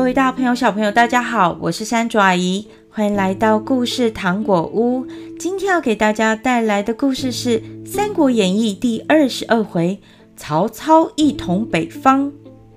位大朋友小朋友大家好，我是山竹阿姨，欢迎来到故事糖果屋。今天要给大家带来的故事是《三国演义》第22回，曹操一统北方。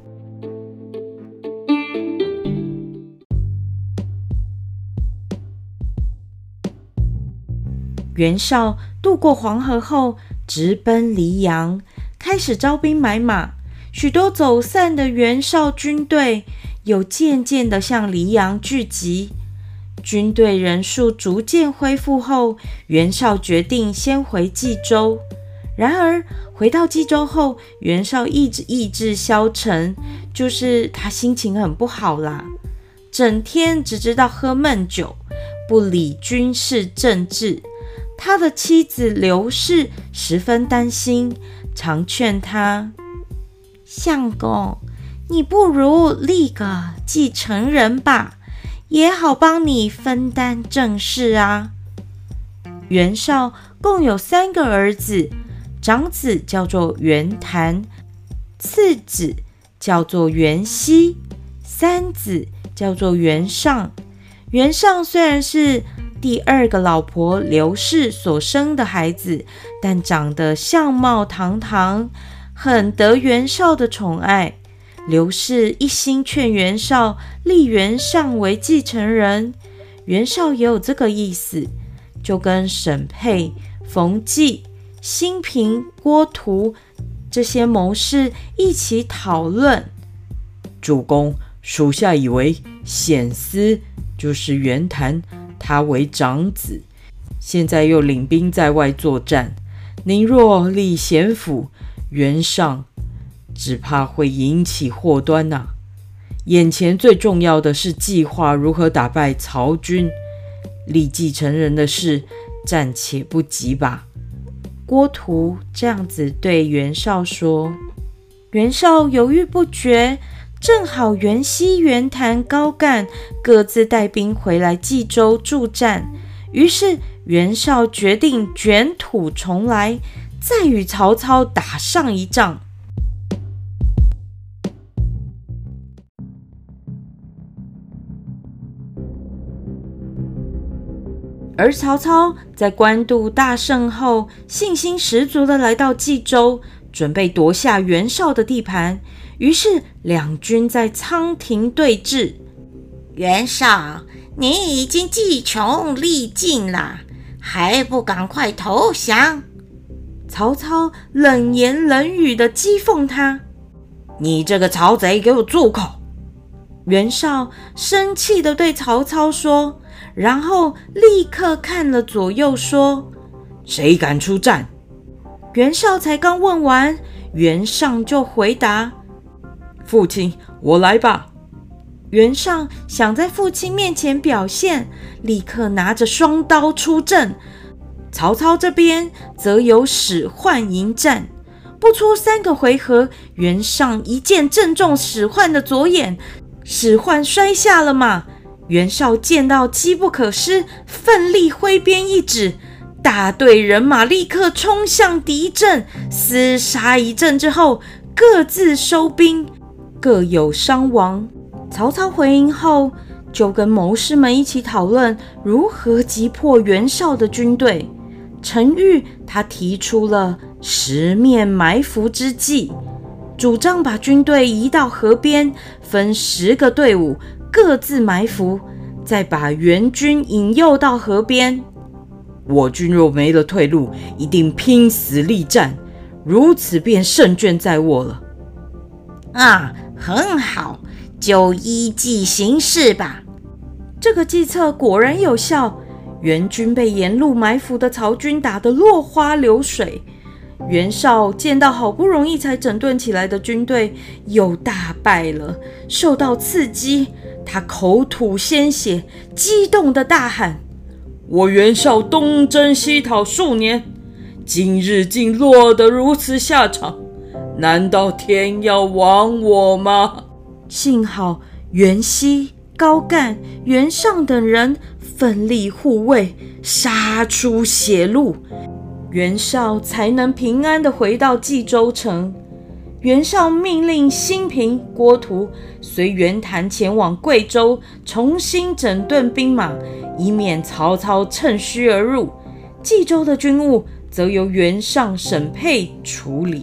袁绍渡过黄河后，直奔黎阳，开始招兵买马。许多走散的袁绍军队又渐渐地向黎阳聚集。军队人数逐渐恢复后，袁绍决定先回冀州。然而回到冀州后，袁绍一直意志消沉，就是他心情很不好啦，整天只知道喝闷酒，不理军事政治。他的妻子刘氏十分担心，常劝他：相公，你不如立个继承人吧，也好帮你分担政事啊。袁绍共有3个儿子，长子叫做袁谭，次子叫做袁熙，三子叫做袁尚。袁尚虽然是第2个老婆刘氏所生的孩子，但长得相貌堂堂，很得袁绍的宠爱。刘氏一心劝袁绍立袁尚为继承人，袁绍也有这个意思，就跟沈佩、冯骥、辛平、郭图这些谋士一起讨论。 主公，属下以为显思就是袁谭，他为长子，现在又领兵在外作战，您若立贤辅袁尚，只怕会引起祸端啊。眼前最重要的是计划如何打败曹军，立继承人的事暂且不急吧。 郭图这样子对袁绍说。袁绍犹豫不决，正好袁熙、袁谭、高干各自带兵回来冀州助战，于是袁绍决定卷土重来，再与曹操打上一仗。而曹操在官渡大胜后，信心十足地来到冀州，准备夺下袁绍的地盘。于是两军在仓亭对峙。 袁绍，你已经计穷力尽了，还不赶快投降？ 曹操冷言冷语地讥讽他： 你这个曹贼，给我住口！ 袁绍生气地对曹操说，然后立刻看了左右说： 谁敢出战？ 袁绍才刚问完，袁尚就回答： 父亲，我来吧。 袁尚想在父亲面前表现，立刻拿着双刀出阵。曹操这边则有使唤迎战，不出3个回合，袁尚一剑正中使唤的左眼，使唤摔下了马。袁绍见到机不可失，奋力挥鞭一指，大队人马立刻冲向敌阵，厮杀一阵之后，各自收兵，各有伤亡。曹操回营后，就跟谋士们一起讨论如何击破袁绍的军队。陈玉他提出了10面埋伏之计，主张把军队移到河边，分10个队伍，各自埋伏，再把袁军引诱到河边。 我军若没了退路，一定拼死力战，如此便胜券在握了。 啊，很好，就依计行事吧。 这个计策果然有效，袁军被沿路埋伏的曹军打得落花流水。袁绍见到好不容易才整顿起来的军队又大败了，受到刺激，他口吐鲜血，激动地大喊： 我袁绍东征西讨数年，今日竟落得如此下场，难道天要亡我吗？ 幸好袁熙、高干、袁尚等人奋力护卫，杀出血路，袁绍才能平安地回到冀州城。 袁绍命令辛平、郭图随袁谭前往贵州，重新整顿兵马，以免曹操趁虚而入。冀州的军务则由袁尚、沈沛处理。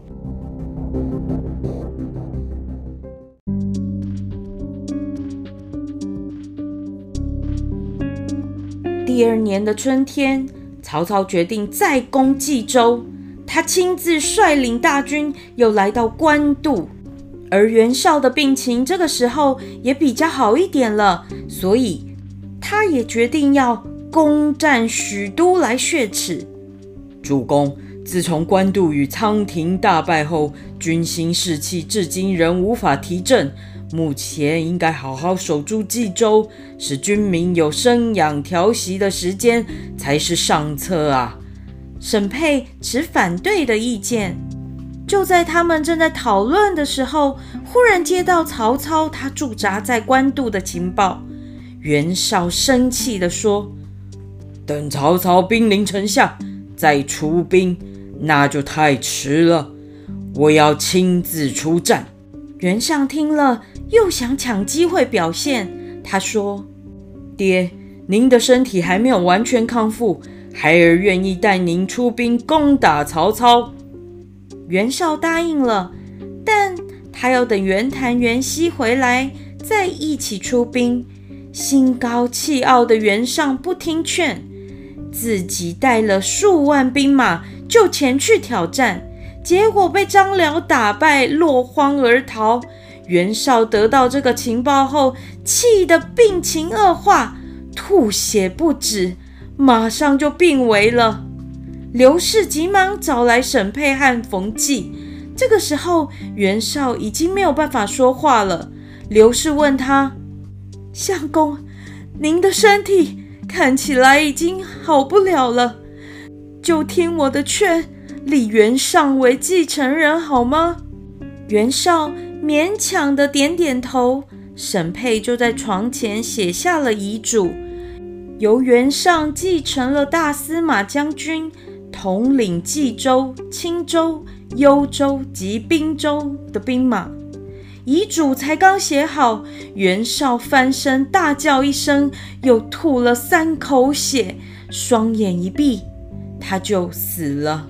第二年的春天，曹操决定再攻冀州，他亲自率领大军又来到官渡，而袁绍的病情这个时候也比较好一点了，所以他也决定要攻占许都来雪耻。 主公，自从官渡与仓亭大败后，军心士气至今仍无法提振，目前应该好好守住冀州，使军民有生养调息的时间，才是上策啊。 沈沛持反对的意见。就在他们正在讨论的时候，忽然接到曹操他驻扎在官渡的情报。袁绍生气地说： 等曹操兵临城下再出兵，那就太迟了，我要亲自出战。 袁尚听了又想抢机会表现，他说： 爹，您的身体还没有完全康复，孩儿愿意带您出兵攻打曹操。 袁绍答应了，但他要等袁谭、袁熙回来再一起出兵。心高气傲的袁尚不听劝，自己带了数万兵马就前去挑战，结果被张辽打败，落荒而逃。袁绍得到这个情报后，气得病情恶化，吐血不止，马上就病危了。刘氏急忙找来沈沛和冯骥，这个时候袁绍已经没有办法说话了。刘氏问他：相公，您的身体看起来已经好不了了，就听我的劝，立袁尚为继承人好吗？袁绍勉强的点点头。沈沛就在床前写下了遗嘱，由袁尚继承了大司马将军，统领冀州、青州、幽州及滨州的兵马。遗嘱才刚写好，袁绍翻身大叫一声，又吐了3口血，双眼一闭，他就死了。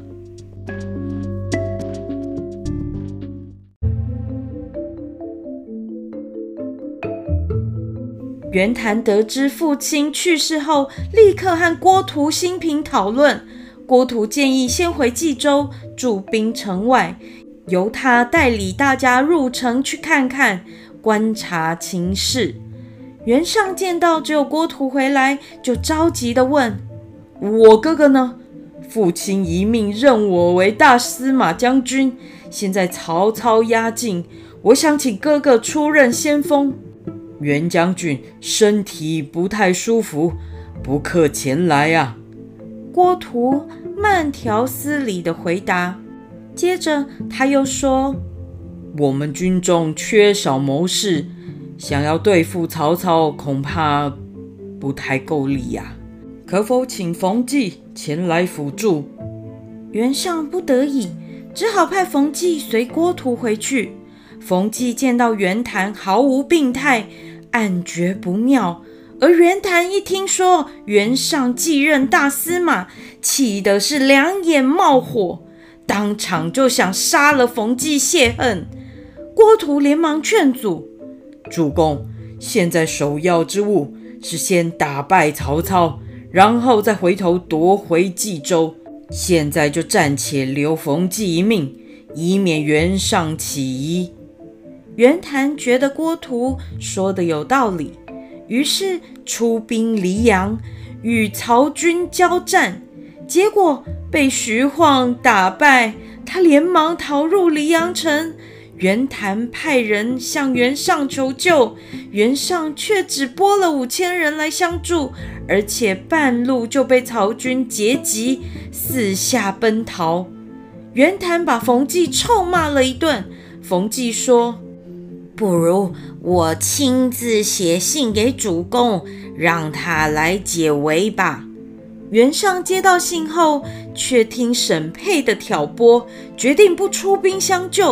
袁谭得知父亲去世后，立刻和郭图、辛平讨论。郭图建议先回冀州，驻兵城外，由他带领大家入城去看看，观察情势。袁尚见到只有郭图回来，就着急地问： 我哥哥呢？父亲遗命任我为大司马将军，现在曹操压境，我想请哥哥出任先锋。袁将军身体不太舒服，不克前来啊。 郭图慢条斯理地回答，接着他又说： 我们军中缺少谋士，想要对付曹操恐怕不太够力呀，可否请冯骥前来辅助？ 袁尚不得已，只好派冯骥随郭图回去。冯骥见到袁谭毫无病态，暗觉不妙，而袁谭一听说袁尚继任大司马，气的是两眼冒火，当场就想杀了冯骥泄恨。郭图连忙劝阻： 主公，现在首要之务是先打败曹操，然后再回头夺回冀州，现在就暂且留冯骥一命，以免袁尚起疑。 袁谭觉得郭图说的有道理，于是出兵黎阳，与曹军交战，结果被徐晃打败，他连忙逃入黎阳城。袁谭派人向袁尚求救，袁尚却只拨了5000人来相助，而且半路就被曹军截击，四下奔逃。袁谭把冯骥臭骂了一顿。冯骥说： 不如我亲自写信给主公，让他来解围吧。 袁尚接到信后，却听沈沛的挑拨，决定不出兵相救，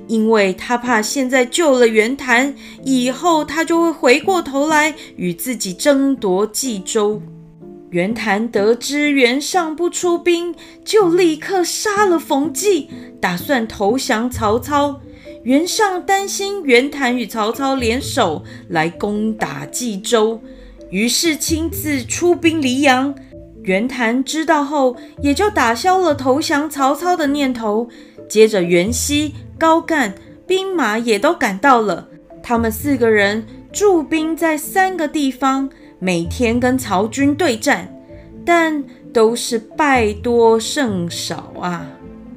因为他怕现在救了袁谭，以后他就会回过头来与自己争夺冀州。袁谭得知袁尚不出兵，就立刻杀了冯骥，打算投降曹操。袁尚担心袁谭与曹操联手来攻打冀州，于是亲自出兵黎阳。袁谭知道后，也就打消了投降曹操的念头。接着袁熙、高干兵马也都赶到了，他们4个人驻兵在3个地方，每天跟曹军对战，但都是败多胜少啊。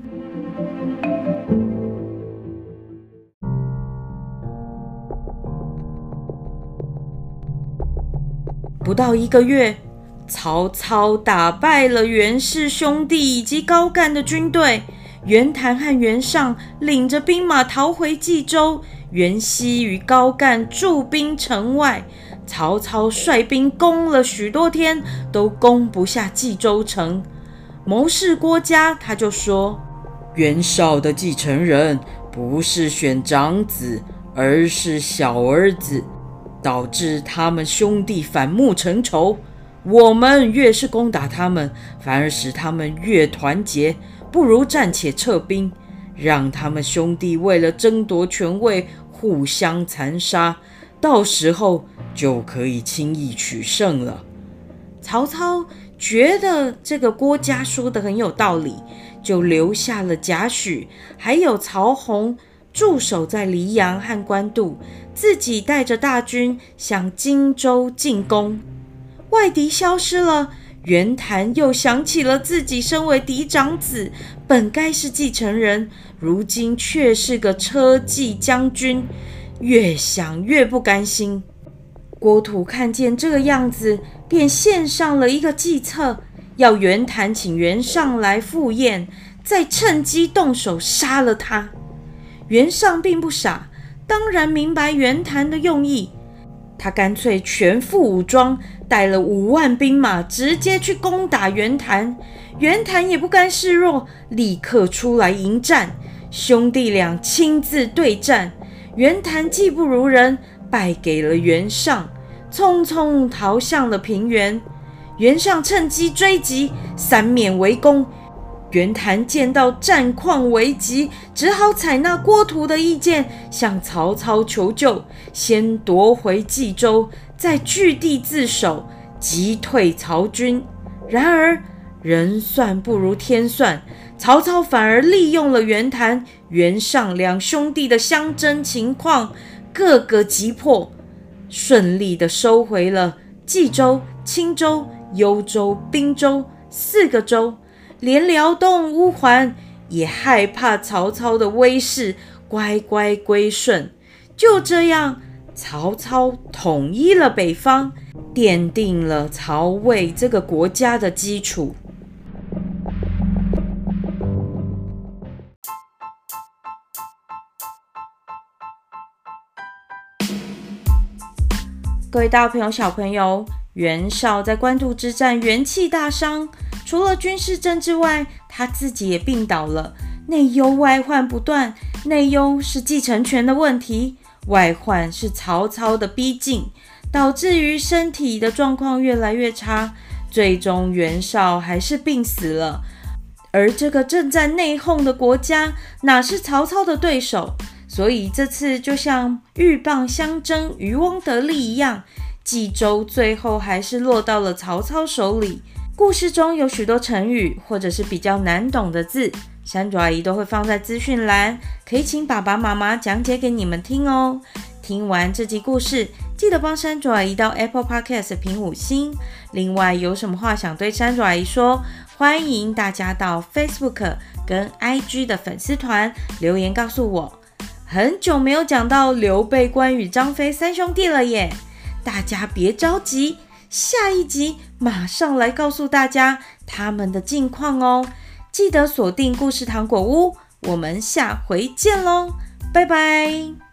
不到1个月，曹操打败了袁氏兄弟以及高干的军队，袁谭和袁尚领着兵马逃回冀州，袁熙与高干驻兵城外。曹操率兵攻了许多天，都攻不下冀州城。谋士郭嘉他就说， 袁绍的继承人不是选长子，而是小儿子，导致他们兄弟反目成仇。我们越是攻打他们，反而使他们越团结，不如暂且撤兵，让他们兄弟为了争夺权位互相残杀，到时候就可以轻易取胜了。 曹操觉得这个郭嘉说的很有道理，就留下了贾诩还有曹洪驻守在黎阳和官渡，自己带着大军向荆州进攻。外敌消失了，袁谭又想起了自己身为嫡长子，本该是继承人，如今却是个车骑将军，越想越不甘心。郭图看见这个样子，便献上了一个计策，要袁谭请袁尚来赴宴，再趁机动手杀了他。袁尚并不傻，当然明白袁谭的用意，他干脆全副武装，带了5万兵马，直接去攻打袁谭。袁谭也不甘示弱，立刻出来迎战，兄弟俩亲自对战。袁谭技不如人，败给了袁尚，匆匆逃向了平原。袁尚趁机追击，3面围攻。袁谭见到战况危急，只好采纳郭图的意见，向曹操求救，先夺回冀州，再据地自守，击退曹军。然而人算不如天算，曹操反而利用了袁谭、袁尚2兄弟的相争情况，各个击破，顺利的收回了冀州、青州、幽州、滨州4个州。连辽东、乌桓也害怕曹操的威势，乖乖归顺。就这样，曹操统一了北方，奠定了曹魏这个国家的基础。各位大朋友、小朋友，袁绍在官渡之战元气大伤，除了军事政治外，他自己也病倒了，内忧外患不断。内忧是继承权的问题，外患是曹操的逼近，导致于身体的状况越来越差，最终袁绍还是病死了。而这个正在内讧的国家，哪是曹操的对手？所以这次就像鹬蚌相争，渔翁得利一样，冀州最后还是落到了曹操手里。故事中有许多成语或者是比较难懂的字，山竹阿姨都会放在资讯栏，可以请爸爸妈妈讲解给你们听哦。听完这集故事，记得帮山竹阿姨到 Apple Podcast 评5星。另外有什么话想对山竹阿姨说，欢迎大家到 Facebook 跟 IG 的粉丝团留言告诉我。很久没有讲到刘备、关羽、张飞3兄弟了耶，大家别着急，下一集马上来告诉大家他们的近况哦。记得锁定故事糖果屋，我们下回见咯，拜拜。